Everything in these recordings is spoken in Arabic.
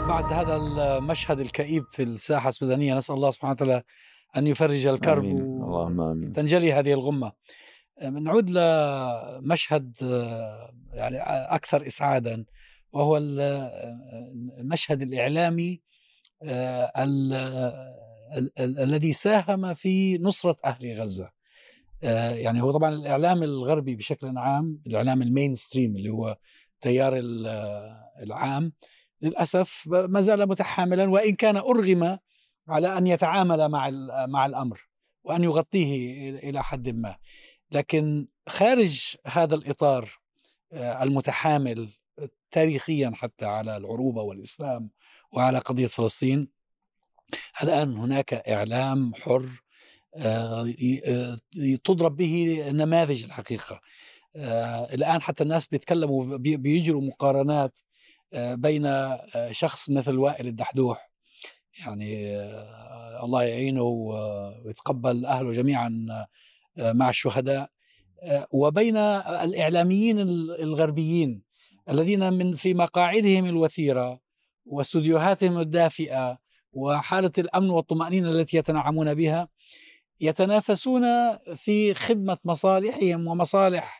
بعد هذا المشهد الكئيب في الساحة السودانية نسأل الله سبحانه وتعالى أن يفرج الكرب اللهم آمين. وتنجلي هذه الغمة. نعود لمشهد يعني أكثر إسعادا، وهو المشهد الإعلامي الذي ساهم في نصرة أهل غزة. يعني هو طبعا الإعلام الغربي بشكل عام، الإعلام المين ستريم اللي هو تيار العام، للأسف ما زال متحاملا، وإن كان أرغم على أن يتعامل مع الأمر وأن يغطيه إلى حد ما، لكن خارج هذا الإطار المتحامل تاريخيا حتى على العروبة والإسلام وعلى قضية فلسطين، الآن هناك إعلام حر تضرب به نماذج الحقيقة. الآن حتى الناس بيتكلموا بيجروا مقارنات بين شخص مثل وائل الدحدوح، يعني الله يعينه ويتقبل أهله جميعا مع الشهداء، وبين الإعلاميين الغربيين الذين في مقاعدهم الوثيرة واستوديوهاتهم الدافئة وحالة الأمن والطمأنينة التي يتنعمون بها يتنافسون في خدمة مصالحهم ومصالح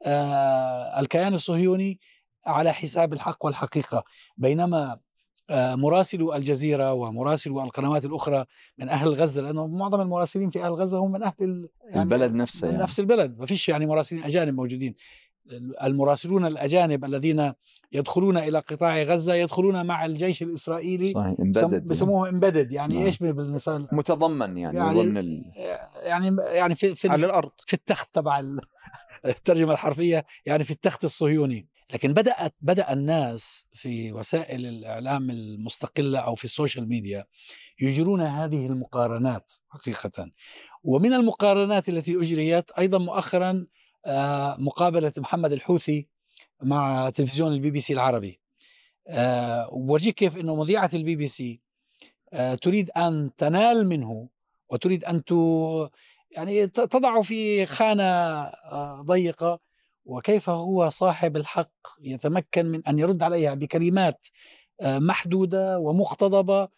الكيان الصهيوني على حساب الحق والحقيقة، بينما مراسلو الجزيرة ومراسلو القنوات الأخرى من أهل غزة، لأنه معظم المراسلين في أهل غزة هم من أهل يعني البلد نفسه، من نفس البلد، ما فيش يعني مراسلين أجانب موجودين. المراسلون الأجانب الذين يدخلون إلى قطاع غزة يدخلون مع الجيش الإسرائيلي، صحيح، بسموه امبيدد، يعني إيش بالمثال متضمن، يعني ضمن يعني في على الأرض، في التخت تبع الترجمة الحرفية، يعني في التخت الصهيوني. لكن بدأ الناس في وسائل الإعلام المستقلة أو في السوشيال ميديا يجرون هذه المقارنات حقيقة. ومن المقارنات التي أجريت أيضا مؤخرا مقابلة محمد الحوثي مع تلفزيون البي بي سي العربي، وورجيك كيف أنه مذيعة البي بي سي تريد أن تنال منه وتريد أن يعني تضع في خانة ضيقة، وكيف هو صاحب الحق يتمكن من أن يرد عليها بكلمات محدودة ومقتضبة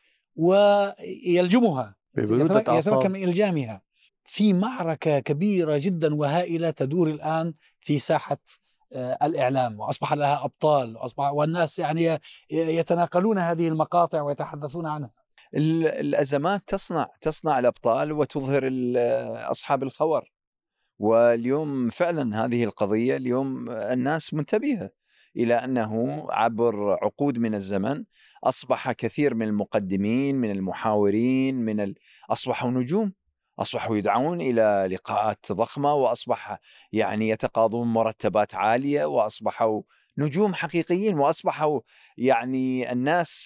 ويلجمها، يتمكن من إلجامها في معركة كبيرة جدا وهائلة تدور الآن في ساحة الإعلام، وأصبح لها أبطال، والناس يعني يتناقلون هذه المقاطع ويتحدثون عنها. الأزمات تصنع الأبطال وتظهر أصحاب الخور. واليوم فعلا هذه القضية اليوم الناس منتبهة إلى أنه عبر عقود من الزمن أصبح كثير من المقدمين، من المحاورين، أصبحوا نجوم، أصبحوا يدعون إلى لقاءات ضخمة، وأصبح يعني يتقاضون مرتبات عالية، وأصبحوا نجوم حقيقيين، وأصبحوا يعني الناس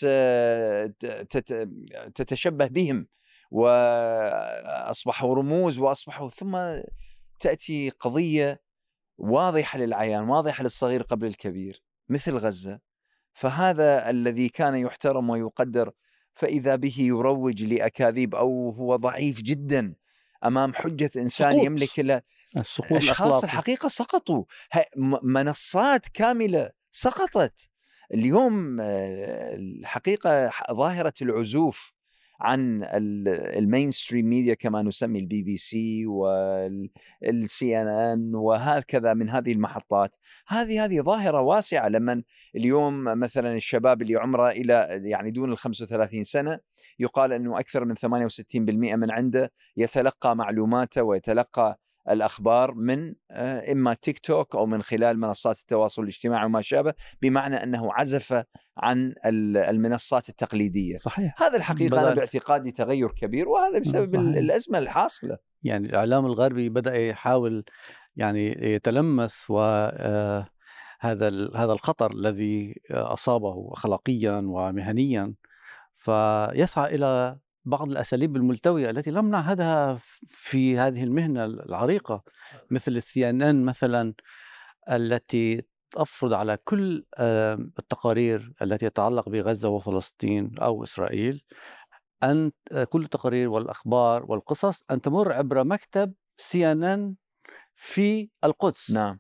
تتشبه بهم، وأصبحوا رموز، وأصبحوا ثم تأتي قضية واضحة للعيان، واضحة للصغير قبل الكبير مثل غزة. فهذا الذي كان يحترم ويقدر فإذا به يروج لأكاذيب، أو هو ضعيف جدا أمام حجة إنسان يملك له أشخاص الحقيقة سقطوا، منصات كاملة سقطت. اليوم الحقيقة ظاهرة العزوف عن المينستريم ميديا كما نسمي البي بي سي والسي ان ان وهكذا من هذه المحطات، هذه ظاهرة واسعة. لما اليوم مثلا الشباب اللي عمره إلى يعني دون 35 سنة يقال أنه أكثر من 68% من عنده يتلقى معلوماته ويتلقى الأخبار من إما تيك توك أو من خلال منصات التواصل الاجتماعي وما شابه، بمعنى أنه عزف عن المنصات التقليدية. صحيح. هذا الحقيقة أنا باعتقادي تغير كبير، وهذا بسبب الأزمة الحاصلة. يعني الإعلام الغربي بدأ يحاول يعني يتلمس هذا الخطر الذي أصابه أخلاقيا ومهنيا، فيسعى إلى بعض الأساليب الملتوية التي لم نعهدها في هذه المهنة العريقة، مثل السي ان ان مثلا، التي تفرض على كل التقارير التي تتعلق بغزة وفلسطين أو إسرائيل أن كل التقارير والأخبار والقصص أن تمر عبر مكتب سي ان ان في القدس. نعم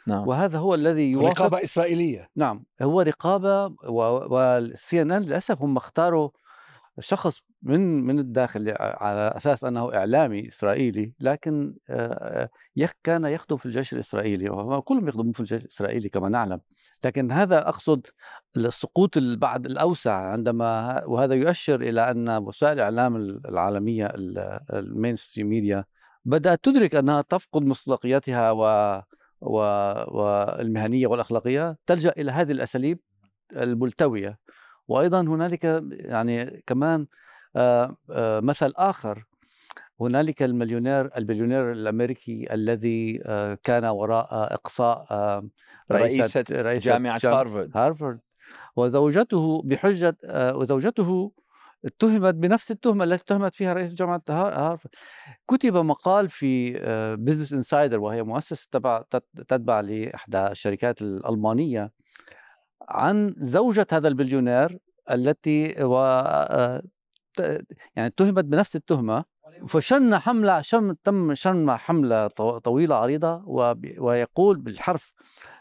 نعم. وهذا هو الذي يوافق. رقابة إسرائيلية. نعم، هو رقابة. والسي ان ان للأسف هم اختاروا شخص من الداخل على أساس أنه إعلامي إسرائيلي، لكن كان يخدم في الجيش الإسرائيلي، وكلهم يخدمون في الجيش الإسرائيلي كما نعلم. لكن هذا أقصد السقوط بعد الأوسع، عندما وهذا يؤشر إلى أن وسائل الإعلام العالمية المينستريم ميديا بدأت تدرك أنها تفقد مصداقيتها والمهنية والأخلاقية، تلجأ إلى هذه الأساليب الملتوية. وأيضا هنالك يعني كمان مثل آخر، هنالك البليونير الأمريكي الذي كان وراء إقصاء رئيسة جامعة هارفارد، وزوجته بحجة وزوجته اتهمت بنفس التهمة التي اتهمت فيها رئيس جامعة هارفارد. كتب مقال في بيزنس انسايدر، وهي مؤسسة تتبع لإحدى الشركات الألمانية، عن زوجة هذا البليونير التي يعني اتهمت بنفس التهمة، تم شن حملة طويلة عريضة، ويقول بالحرف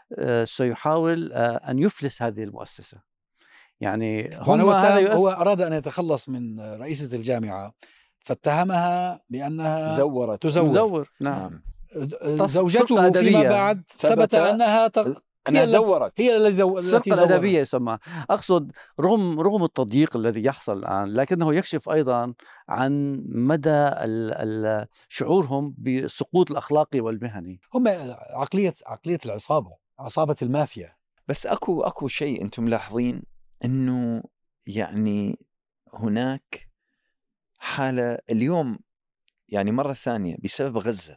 سيحاول أن يفلس هذه المؤسسة. يعني هو أراد أن يتخلص من رئيسة الجامعة، فاتهمها بأنها تزور. نعم. زوجته فيما بعد ثبت أنها زورت، هي التي السرقة الأدبية يسمى. أقصد رغم التضييق الذي يحصل الآن، لكنه يكشف أيضا عن مدى شعورهم بالسقوط الأخلاقي والمهني. هم عقلية عصابة المافيا. بس أكو شيء أنتم ملاحظين، أنه يعني هناك حالة اليوم، يعني مرة ثانية بسبب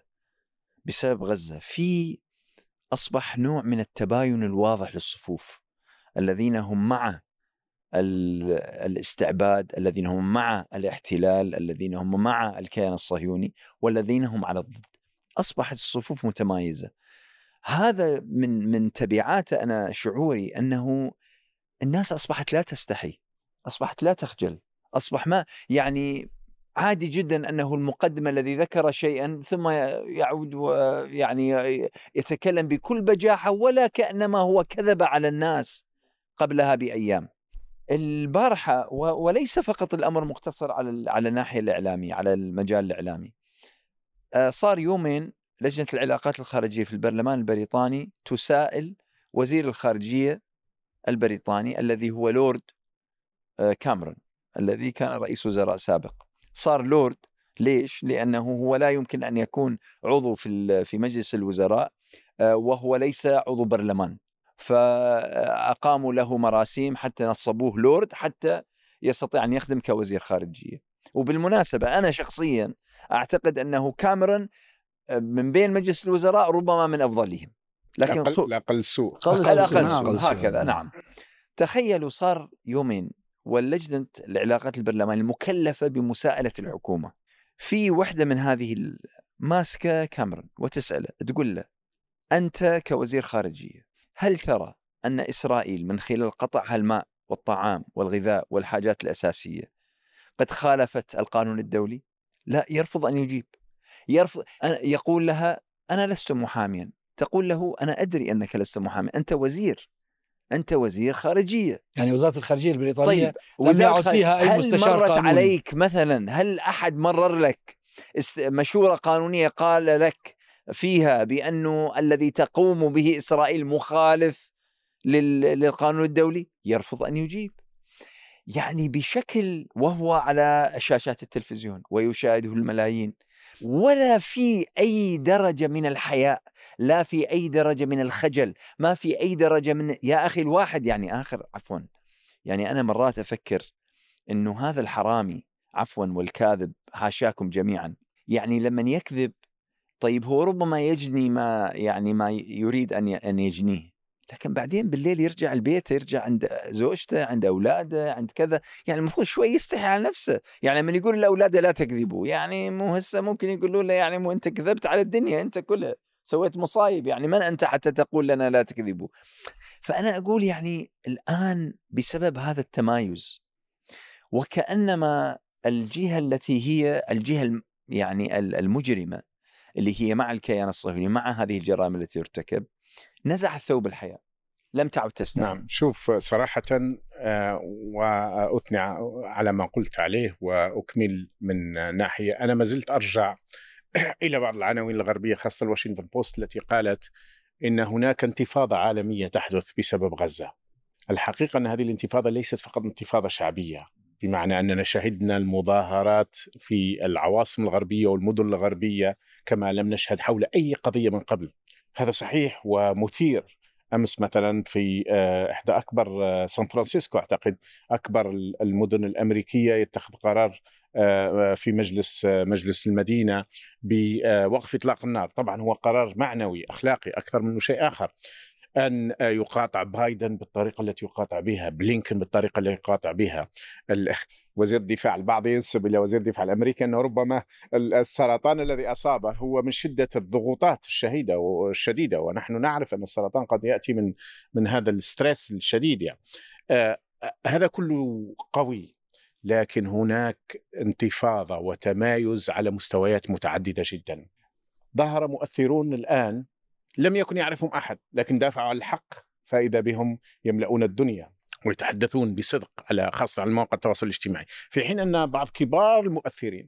غزة في أصبح نوع من التباين الواضح للصفوف، الذين هم مع الاستعباد، الذين هم مع الاحتلال، الذين هم مع الكيان الصهيوني، والذين هم على الضد. أصبحت الصفوف متمايزة. هذا من تبعاته أنا شعوري أنه الناس أصبحت لا تستحي، أصبحت لا تخجل، أصبح ما يعني عادي جدا أنه المقدم الذي ذكر شيئا ثم يعود ويعني يتكلم بكل بجاحة ولا كأنما هو كذب على الناس قبلها بأيام. البارحة، وليس فقط الأمر مقتصر على الناحية الإعلامية، على المجال الإعلامي، صار يومين لجنة العلاقات الخارجية في البرلمان البريطاني تسائل وزير الخارجية البريطاني الذي هو لورد كاميرون، الذي كان رئيس وزراء سابق. صار لورد ليش؟ لأنه هو لا يمكن أن يكون عضو في مجلس الوزراء وهو ليس عضو برلمان، فأقاموا له مراسيم حتى نصبوه لورد حتى يستطيع أن يخدم كوزير خارجية. وبالمناسبة أنا شخصيا أعتقد أنه كاميرون من بين مجلس الوزراء ربما من أفضلهم، لكن أقل سوء هكذا. نعم. تخيلوا صار يومين واللجنة العلاقات البرلمان المكلفة بمساءلة الحكومة، في وحدة من هذه ماسكة كاميرون وتسأله، تقول له أنت كوزير خارجية هل ترى أن إسرائيل من خلال قطعها الماء والطعام والغذاء والحاجات الأساسية قد خالفت القانون الدولي؟ لا، يرفض أن يجيب. يقول لها أنا لست محاميا. تقول له أنا أدري أنك لست محامي، أنت وزير خارجية. يعني وزارة الخارجية البريطانية طيب لم يعد فيها أي مستشار مرت قانوني. عليك مثلا، هل أحد مرر لك مشورة قانونية قال لك فيها بأنه الذي تقوم به إسرائيل مخالف للقانون الدولي؟ يرفض أن يجيب. يعني بشكل، وهو على شاشات التلفزيون ويشاهده الملايين، ولا في أي درجة من الحياء، لا في أي درجة من الخجل، ما في أي درجة من يا أخي الواحد يعني يعني أنا مرات أفكر إنه هذا الحرامي والكاذب حاشاكم جميعا، يعني لمن يكذب طيب هو ربما يجني ما يريد أن يجنيه، لكن بعدين بالليل يرجع البيت، يرجع عند زوجته، عند أولاده، عند كذا. يعني المفروض شوي يستحي على نفسه. يعني من يقول لأولاده لا تكذبوا، يعني مو هسه ممكن يقولوا له يعني مو أنت كذبت على الدنيا، أنت كلها سويت مصايب، يعني من أنت حتى تقول لنا لا تكذبوا؟ فأنا أقول يعني الآن بسبب هذا التمايز، وكأنما الجهة التي هي الجهة يعني المجرمة اللي هي مع الكيان الصهيوني، مع هذه الجرائم التي ارتكب، نزع الثوب الحياة، لم تعد تستحي. نعم، شوف صراحة وأثني على ما قلت عليه وأكمل من ناحية. أنا ما زلت أرجع إلى بعض العناوين الغربية خاصة الواشنطن بوست التي قالت إن هناك انتفاضة عالمية تحدث بسبب غزة. الحقيقة أن هذه الانتفاضة ليست فقط انتفاضة شعبية، بمعنى أننا شهدنا المظاهرات في العواصم الغربية والمدن الغربية كما لم نشهد حول أي قضية من قبل. هذا صحيح ومثير. أمس مثلا في إحدى أكبر سان فرانسيسكو أعتقد أكبر المدن الأمريكية يتخذ قرار في مجلس المدينة بوقف إطلاق النار. طبعا هو قرار معنوي أخلاقي أكثر منه شيء آخر. أن يقاطع بايدن بالطريقة التي يقاطع بها، بلينكن بالطريقة التي يقاطع بها وزير الدفاع. البعض ينسب إلى وزير الدفاع الأمريكي أنه ربما السرطان الذي أصابه هو من شدة الضغوطات الشديدة، ونحن نعرف أن السرطان قد يأتي من هذا الستريس الشديد يعني. هذا كله قوي، لكن هناك انتفاضة وتمايز على مستويات متعددة جدا. ظهر مؤثرون الآن لم يكن يعرفهم أحد، لكن دافعوا عن الحق، فإذا بهم يملؤون الدنيا ويتحدثون بصدق خاصة على مواقع التواصل الاجتماعي، في حين أن بعض كبار المؤثرين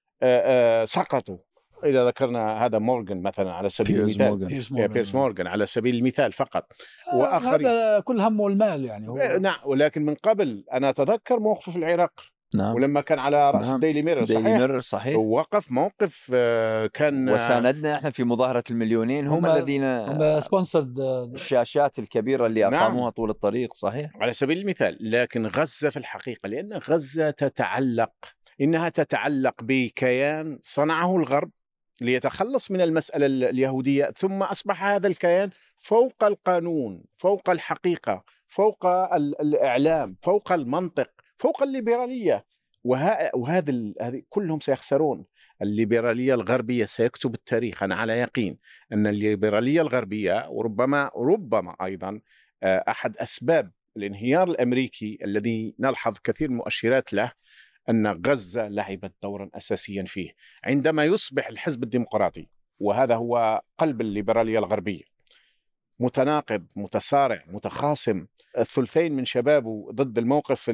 سقطوا. إذا ذكرنا هذا مورغان مثلا على سبيل المثال، بيرس مورغان على سبيل المثال فقط، وآخرين هذا كل همه المال يعني هو. نعم، ولكن من قبل أنا أتذكر موقفه في العراق. نعم. ولما كان على رأس ديلي ميرر صحيح ووقف موقف كان وساندنا احنا في مظاهرة المليونين. هم الذين هم سبونسرد الشاشات الكبيرة اللي أقاموها نعم. طول الطريق صحيح على سبيل المثال. لكن غزة في الحقيقة، لأن غزة إنها تتعلق بكيان صنعه الغرب ليتخلص من المسألة اليهودية، ثم أصبح هذا الكيان فوق القانون، فوق الحقيقة، فوق الإعلام، فوق المنطق، فوق الليبرالية. وهذه كلهم سيخسرون. الليبرالية الغربية سيكتب التاريخ. أنا على يقين أن الليبرالية الغربية وربما أيضا أحد أسباب الانهيار الأمريكي الذي نلحظ كثير من المؤشرات له، أن غزة لعبت دورا أساسيا فيه. عندما يصبح الحزب الديمقراطي، وهذا هو قلب الليبرالية الغربية، متناقض، متصارع، متخاصم، الثلثين من شبابه ضد الموقف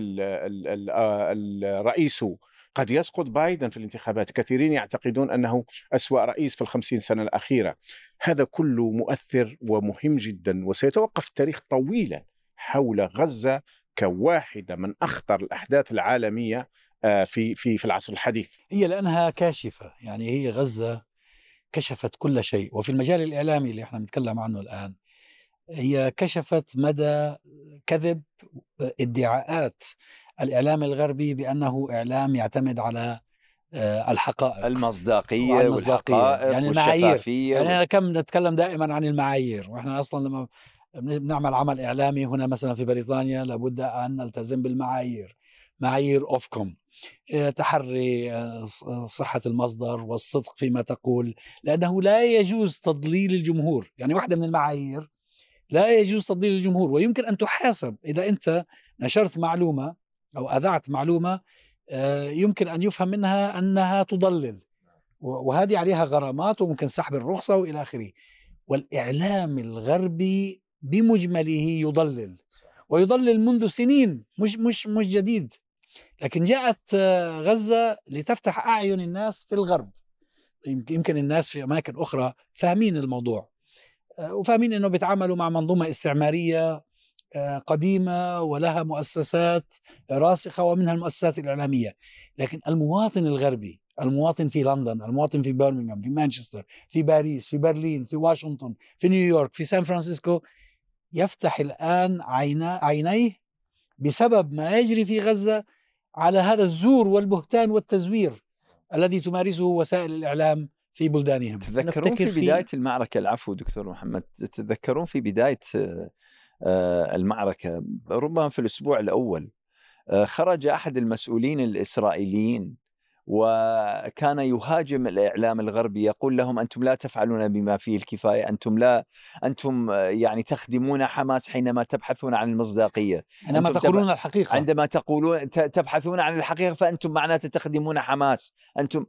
الرئيس، قد يسقط بايدن في الانتخابات. كثيرين يعتقدون أنه أسوأ رئيس في 50 سنة الأخيرة. هذا كله مؤثر ومهم جدا، وسيتوقف التاريخ طويلا حول غزة كواحدة من أخطر الأحداث العالمية في العصر الحديث. هي لأنها كاشفة، يعني هي غزة كشفت كل شيء. وفي المجال الإعلامي اللي احنا بنتكلم عنه الآن، هي كشفت مدى كذب ادعاءات الإعلام الغربي بأنه إعلام يعتمد على الحقائق، المصداقية والحقائق يعني المعايير. يعني أنا كم نتكلم دائما عن المعايير، وإحنا أصلا لما بنعمل عمل إعلامي هنا مثلا في بريطانيا لابد أن نلتزم بالمعايير، معايير أوفكوم، تحري صحة المصدر والصدق فيما تقول، لأنه لا يجوز تضليل الجمهور. يعني واحدة من المعايير لا يجوز تضليل الجمهور، ويمكن أن تحاسب إذا أنت نشرت معلومة أو أذعت معلومة يمكن أن يفهم منها أنها تضلل، وهذه عليها غرامات وممكن سحب الرخصة وإلى آخره. والإعلام الغربي بمجمله يضلل، ويضلل منذ سنين، مش جديد. لكن جاءت غزة لتفتح أعين الناس في الغرب. يمكن الناس في أماكن أخرى فاهمين الموضوع، وفاهمين أنه بيتعاملوا مع منظومة استعمارية قديمة ولها مؤسسات راسخة، ومنها المؤسسات الإعلامية. لكن المواطن الغربي، المواطن في لندن، المواطن في برمنغهام، في مانشستر، في باريس، في برلين، في واشنطن، في نيويورك، في سان فرانسيسكو، يفتح الآن عينيه بسبب ما يجري في غزة على هذا الزور والبهتان والتزوير الذي تمارسه وسائل الإعلام في بلدانهم. تذكرون في بداية المعركة، العفو دكتور محمد، تذكرون في بداية المعركة ربما في الأسبوع الأول خرج أحد المسؤولين الإسرائيليين وكان يهاجم الإعلام الغربي، يقول لهم أنتم لا تفعلون بما فيه الكفاية، أنتم يعني تخدمون حماس حينما تبحثون عن المصداقية، عندما تقولون الحقيقة، عندما تقولون تبحثون عن الحقيقة فأنتم معناته تخدمون حماس. أنتم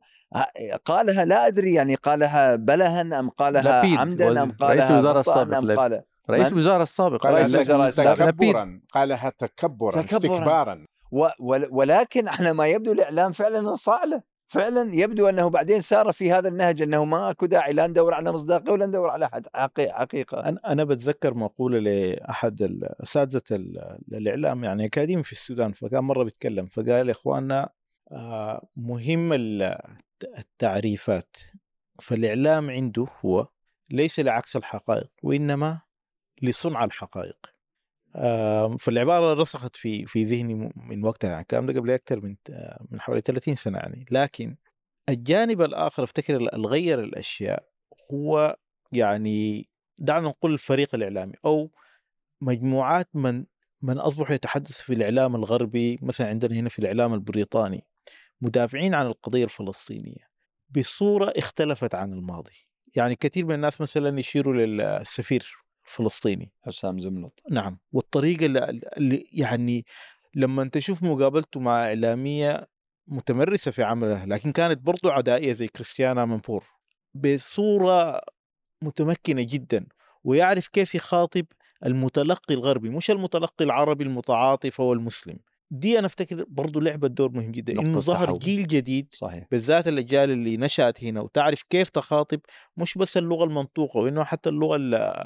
قالها لا أدري يعني قالها بلها أم قالها عمدا أم قالها رئيس الوزراء السابق أم قال رئيس الوزراء السابق رئيس الوزراء السابق. قالها تكبرا استكبارا. ولكن احنا ما يبدو الإعلام فعلا صعله، فعلا يبدو أنه بعدين سار في هذا النهج، أنه ما أكو داعي لا ندور على مصداقية ولا ندور على حقيقة. أنا بتذكر مقولة لأحد الأساتذة الإعلام يعني أكاديمي في السودان، فكان مرة بيتكلم فقال يا إخواننا مهم التعريفات، فالإعلام عنده هو ليس لعكس الحقائق وإنما لصنع الحقائق. فالعبارة رسخت في ذهني من وقتها، يعني الكلام ده قبل أكثر من حوالي 30 سنة يعني. لكن الجانب الآخر افتكر الغير الأشياء هو يعني دعنا نقول الفريق الإعلامي أو مجموعات من أصبحوا يتحدثوا في الإعلام الغربي، مثلا عندنا هنا في الإعلام البريطاني مدافعين عن القضية الفلسطينية بصورة اختلفت عن الماضي. يعني كثير من الناس مثلا يشيروا للسفير الفلسطيني حسام زملط، نعم، والطريقة اللي يعني لما انت تشوف مقابلته مع إعلامية متمرسة في عملها لكن كانت برضو عدائية زي كريستيانا منبور بصورة متمكنة جدا، ويعرف كيف يخاطب المتلقي الغربي مش المتلقي العربي المتعاطف أو المسلم. دي أنا أفتكر برضو لعبة دور مهم جدا، إنه ظهر جيل جديد صحيح، بالذات الأجيال اللي نشأت هنا وتعرف كيف تخاطب مش بس اللغة المنطوقة وإنه حتى اللغة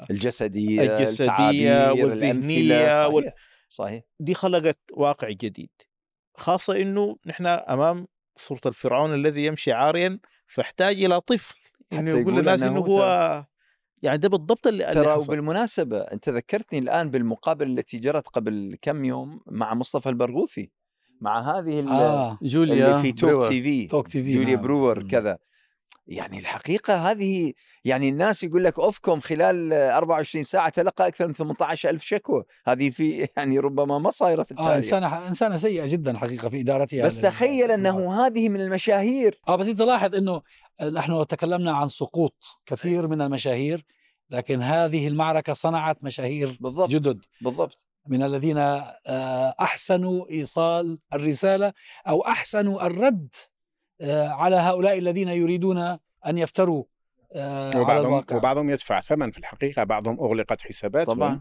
الجسدية والذهنية صحيح. دي خلقت واقع جديد، خاصة إنه نحن أمام صورة الفرعون الذي يمشي عاريا، فاحتاج إلى طفل إنه يقول للناس إنه هو يعني ده بالضبط اللي ترى. وبالمناسبة أنت ذكرتني الآن بالمقابلة التي جرت قبل كم يوم مع مصطفى البرغوثي مع هذه جوليا اللي في توك تي في جوليا برور كذا. يعني الحقيقة هذه يعني الناس يقول لك أوفكوم خلال 24 ساعة تلقى أكثر من 18,000 شكوى. هذه في يعني ربما ما صايرة في التاريخ. إنسانة سيئة جدا حقيقة في إدارتها. بس تخيل أنه هذه من المشاهير. بس أنت لاحظ أنه نحن تكلمنا عن سقوط كثير من المشاهير، لكن هذه المعركة صنعت مشاهير بالضبط. جدد بالضبط. من الذين أحسنوا إيصال الرسالة أو أحسنوا الرد على هؤلاء الذين يريدون أن يفتروا على الواقع. وبعضهم يدفع ثمن في الحقيقة، بعضهم أغلقت حساباتهم طبعا.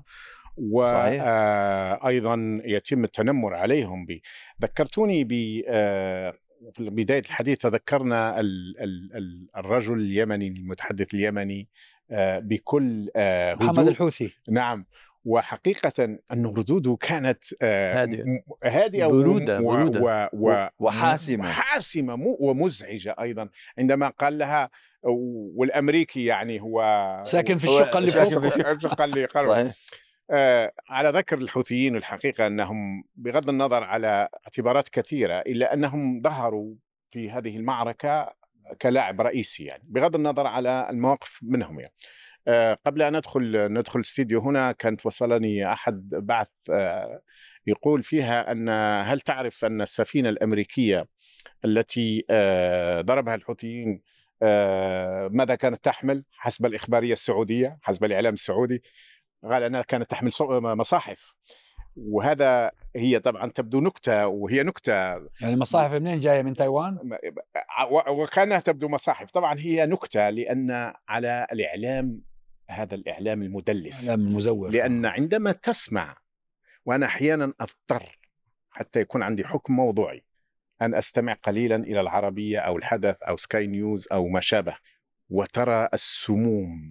وأيضا يتم التنمر عليهم. ذكرتوني في بداية الحديث تذكرنا الرجل اليمني المتحدث اليمني بكل محمد الحوثي. نعم، وحقيقة أن ردوده كانت هادئة برودة وحاسمة ومزعجة أيضا، عندما قال لها والأمريكي يعني هو ساكن في الشقة اللي فوق. على ذكر الحوثيين، الحقيقة أنهم بغض النظر على اعتبارات كثيرة إلا أنهم ظهروا في هذه المعركة كلاعب رئيسي، يعني بغض النظر على المواقف منهم. يعني قبل أن ندخل الاستديو هنا كانت وصلني أحد بعث يقول فيها أن هل تعرف أن السفينة الأمريكية التي ضربها الحوثيين ماذا كانت تحمل حسب الإخبارية السعودية، حسب الإعلام السعودي؟ قال أنها كانت تحمل مصاحف. وهذا هي طبعا تبدو نكتة، وهي نكتة. يعني مصاحف منين جاية؟ من تايوان؟ وكانها تبدو مصاحف. طبعا هي نكتة لأن على الإعلام، هذا الإعلام المدلس، الإعلام المزور. لأن عندما تسمع، وأنا أحيانا أضطر حتى يكون عندي حكم موضوعي أن أستمع قليلا إلى العربية أو الحدث أو سكاي نيوز أو ما شابه، وترى السموم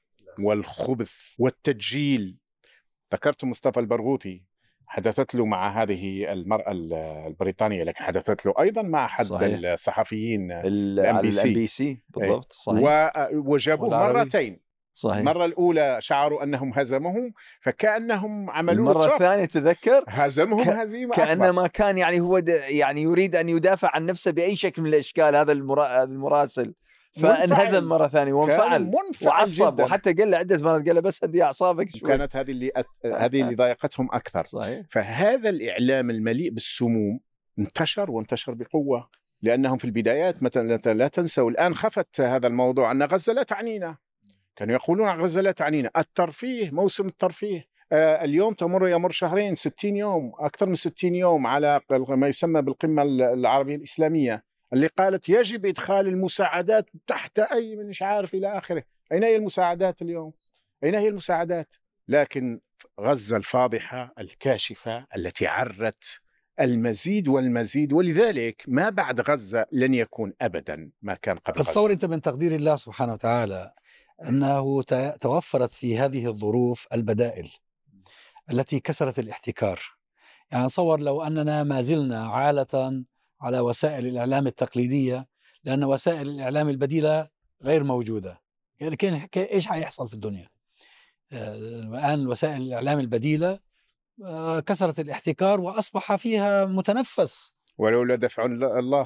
والخبث والتجيل. ذكرت مصطفى البرغوثي، حدثت له مع هذه المرأة البريطانية، لكن حدثت له أيضا مع أحد الصحفيين الام بي سي. بالضبط. صحيح. وجابوه مرتين. صحيح. المرة الأولى شعروا أنهم هزموه، فكأنهم عملوا المرة الثانية تذكر هزمهم هزيمة كأنما كان يعني هو يعني يريد أن يدافع عن نفسه بأي شكل من الأشكال. هذا المراسل فانهزم مرة ثانية وانفعل وعصب، وحتى قال له عدة مرات قال له بس هدي أعصابك شوي. كانت هذه اللي ضايقتهم أكثر. صحيح. فهذا الإعلام المليء بالسموم وانتشر بقوة، لأنهم في البدايات مثلا لا تنسوا، الآن خفت هذا الموضوع أن غزة لا تعنينا. كانوا يقولون غزة لا تعنينا، الترفيه، موسم الترفيه. اليوم يمر شهرين، 60 يوم، أكثر من 60 يوم على ما يسمى بالقمة العربية الإسلامية، اللي قالت يجب إدخال المساعدات تحت أي من مش عارف إلى آخره. أين هي المساعدات اليوم؟ أين هي المساعدات؟ لكن غزة الفاضحة الكاشفة التي عرت المزيد والمزيد، ولذلك ما بعد غزة لن يكون أبدا ما كان قبل غزة. تصور أنت من تقدير الله سبحانه وتعالى أنه توفرت في هذه الظروف البدائل التي كسرت الاحتكار. يعني تصور لو أننا ما زلنا عالة على وسائل الإعلام التقليدية، لأن وسائل الإعلام البديلة غير موجودة، يعني إيش حيحصل في الدنيا؟ الآن وسائل الإعلام البديلة كسرت الاحتكار وأصبح فيها متنفس. ولولا دفع الله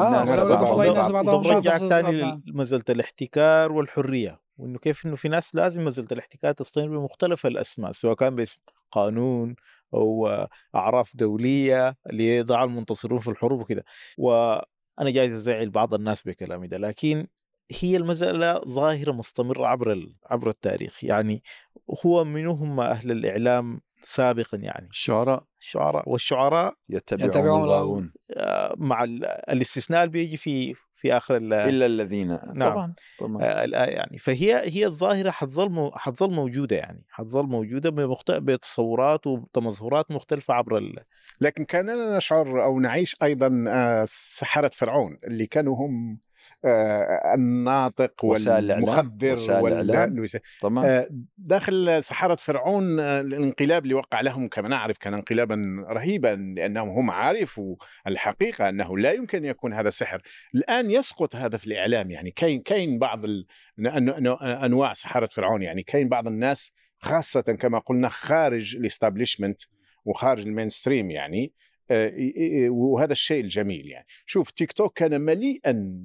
رجع ثاني لمسألة الاحتكار والحرية، وإنه كيف إنه في ناس لازم مسألة الاحتكار تستعين بمختلف الأسماء، سواء كان باسم قانون أو أعراف دولية ليضع المنتصرون في الحروب وكده. وأنا جايز أزعل بعض الناس بكلامي ده، لكن هي المسألة ظاهرة مستمرة عبر التاريخ. يعني هو منهم أهل الإعلام سابقا، يعني الشعراء والشعراء يتبعون الغاوون، مع الاستثناء اللي بيجي في آخر إلا الذين. نعم. طبعا. يعني فهي الظاهرة حتظل موجودة، يعني حتظل موجودة بتصورات وتمظهرات مختلفة لكن كاننا نشعر أو نعيش أيضا سحرة فرعون اللي كانوا هم الناطق والمخدر طبعا. داخل سحرة فرعون. الانقلاب اللي وقع لهم كما نعرف كان انقلابا رهيبا، لأنهم هم عارفوا الحقيقة أنه لا يمكن أن يكون هذا سحر. الآن يسقط هذا في الإعلام، يعني كاين بعض أنواع سحرة فرعون، يعني كاين بعض الناس خاصة كما قلنا خارج الاستابليشمنت وخارج المينستريم، يعني وهذا الشيء الجميل. يعني شوف تيك توك كان مليئا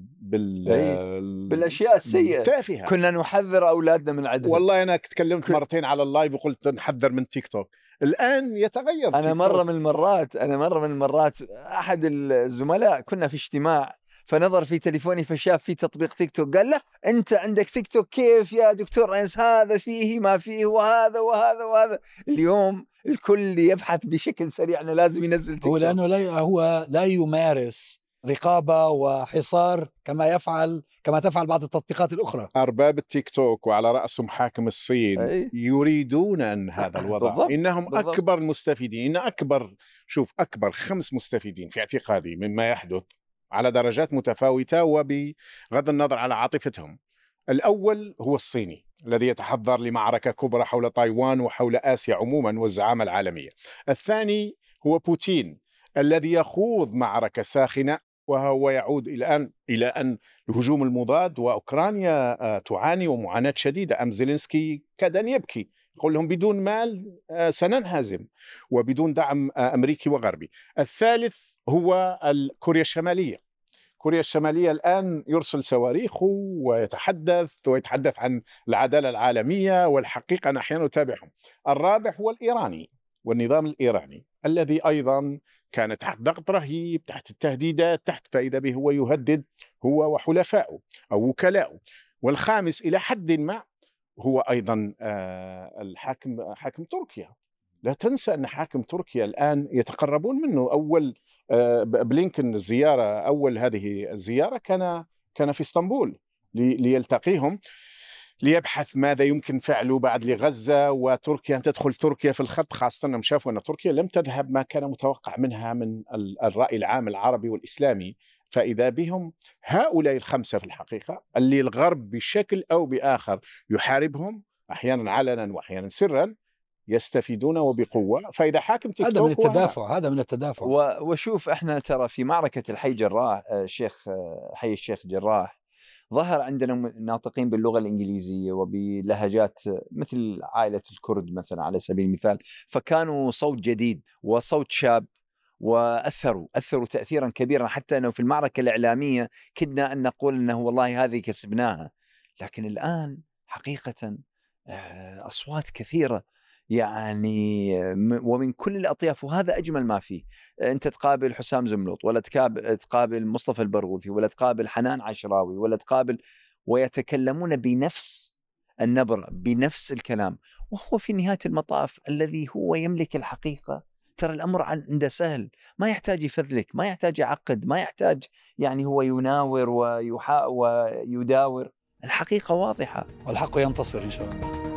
بالاشياء السيئه تافهه، كنا نحذر اولادنا من عدها. والله انا تكلمت مرتين على اللايف وقلت نحذر من تيك توك. الان يتغير. انا مره من المرات احد الزملاء كنا في اجتماع فنظر في تليفوني فشاف في تطبيق تيك توك، قال له أنت عندك تيك توك كيف يا دكتور أنس؟ هذا فيه ما فيه وهذا وهذا وهذا. اليوم الكل يبحث بشكل سريع أنه لازم ينزل تيك توك، هو لأنه هو لا يمارس رقابة وحصار كما تفعل بعض التطبيقات الأخرى. أرباب التيك توك وعلى رأسهم حاكم الصين يريدون أن هذا الوضع. إنهم أكبر المستفيدين. أكبر 5 مستفيدين في اعتقادي مما يحدث على درجات متفاوتة وبغض النظر على عاطفتهم. الأول هو الصيني الذي يتحضر لمعركة كبرى حول تايوان وحول آسيا عموما والزعامة العالمية. الثاني هو بوتين الذي يخوض معركة ساخنة، وهو يعود الآن إلى أن الهجوم المضاد وأوكرانيا تعاني ومعاناة شديدة. أم زيلينسكي كاد أن يبكي، يقول لهم بدون مال سننهزم وبدون دعم أمريكي وغربي. الثالث هو كوريا الشمالية. كوريا الشمالية الآن يرسل صواريخه ويتحدث عن العدالة العالمية، والحقيقة أنا أحيانا أتابعهم. الرابع هو الإيراني والنظام الإيراني الذي أيضا كان تحت ضغط رهيب، تحت التهديدات، فإذا به هو يهدد هو وحلفائه أو وكلاؤه. والخامس إلى حد ما هو أيضا حاكم تركيا. لا تنسى أن حاكم تركيا الآن يتقربون منه. أول بلينكن الزيارة، أول هذه الزيارة كان في اسطنبول ليلتقيهم، ليبحث ماذا يمكن فعله بعد لغزة وتركيا أن تدخل تركيا في الخط، خاصة أنهم شافوا أن تركيا لم تذهب ما كان متوقع منها من الرأي العام العربي والإسلامي. فإذا بهم هؤلاء ال5 في الحقيقة اللي الغرب بشكل أو بآخر يحاربهم أحيانا علنا وأحيانا سرا، يستفيدون وبقوة. فإذا حاكم تيك توك هذا من التدافع. وشوف احنا ترى في معركة الحي جراح حي الشيخ جراح ظهر عندنا ناطقين باللغة الإنجليزية وبلهجات مثل عائلة الكرد مثلا على سبيل المثال، فكانوا صوت جديد وصوت شاب، وأثروا تأثيرا كبيرا، حتى أنه في المعركة الإعلامية كدنا أن نقول أنه والله هذه كسبناها. لكن الآن حقيقة أصوات كثيرة يعني ومن كل الأطياف، وهذا أجمل ما فيه. أنت تقابل حسام زملوط، ولا تقابل مصطفى البرغوثي، ولا تقابل حنان عشراوي، ولا تقابل، ويتكلمون بنفس النبرة بنفس الكلام، وهو في نهاية المطاف الذي هو يملك الحقيقة. ترى الأمر عنده سهل، ما يحتاج يفذلك، ما يحتاج يعقد، ما يحتاج يعني هو يناور ويداور. الحقيقة واضحة والحق ينتصر إن شاء الله.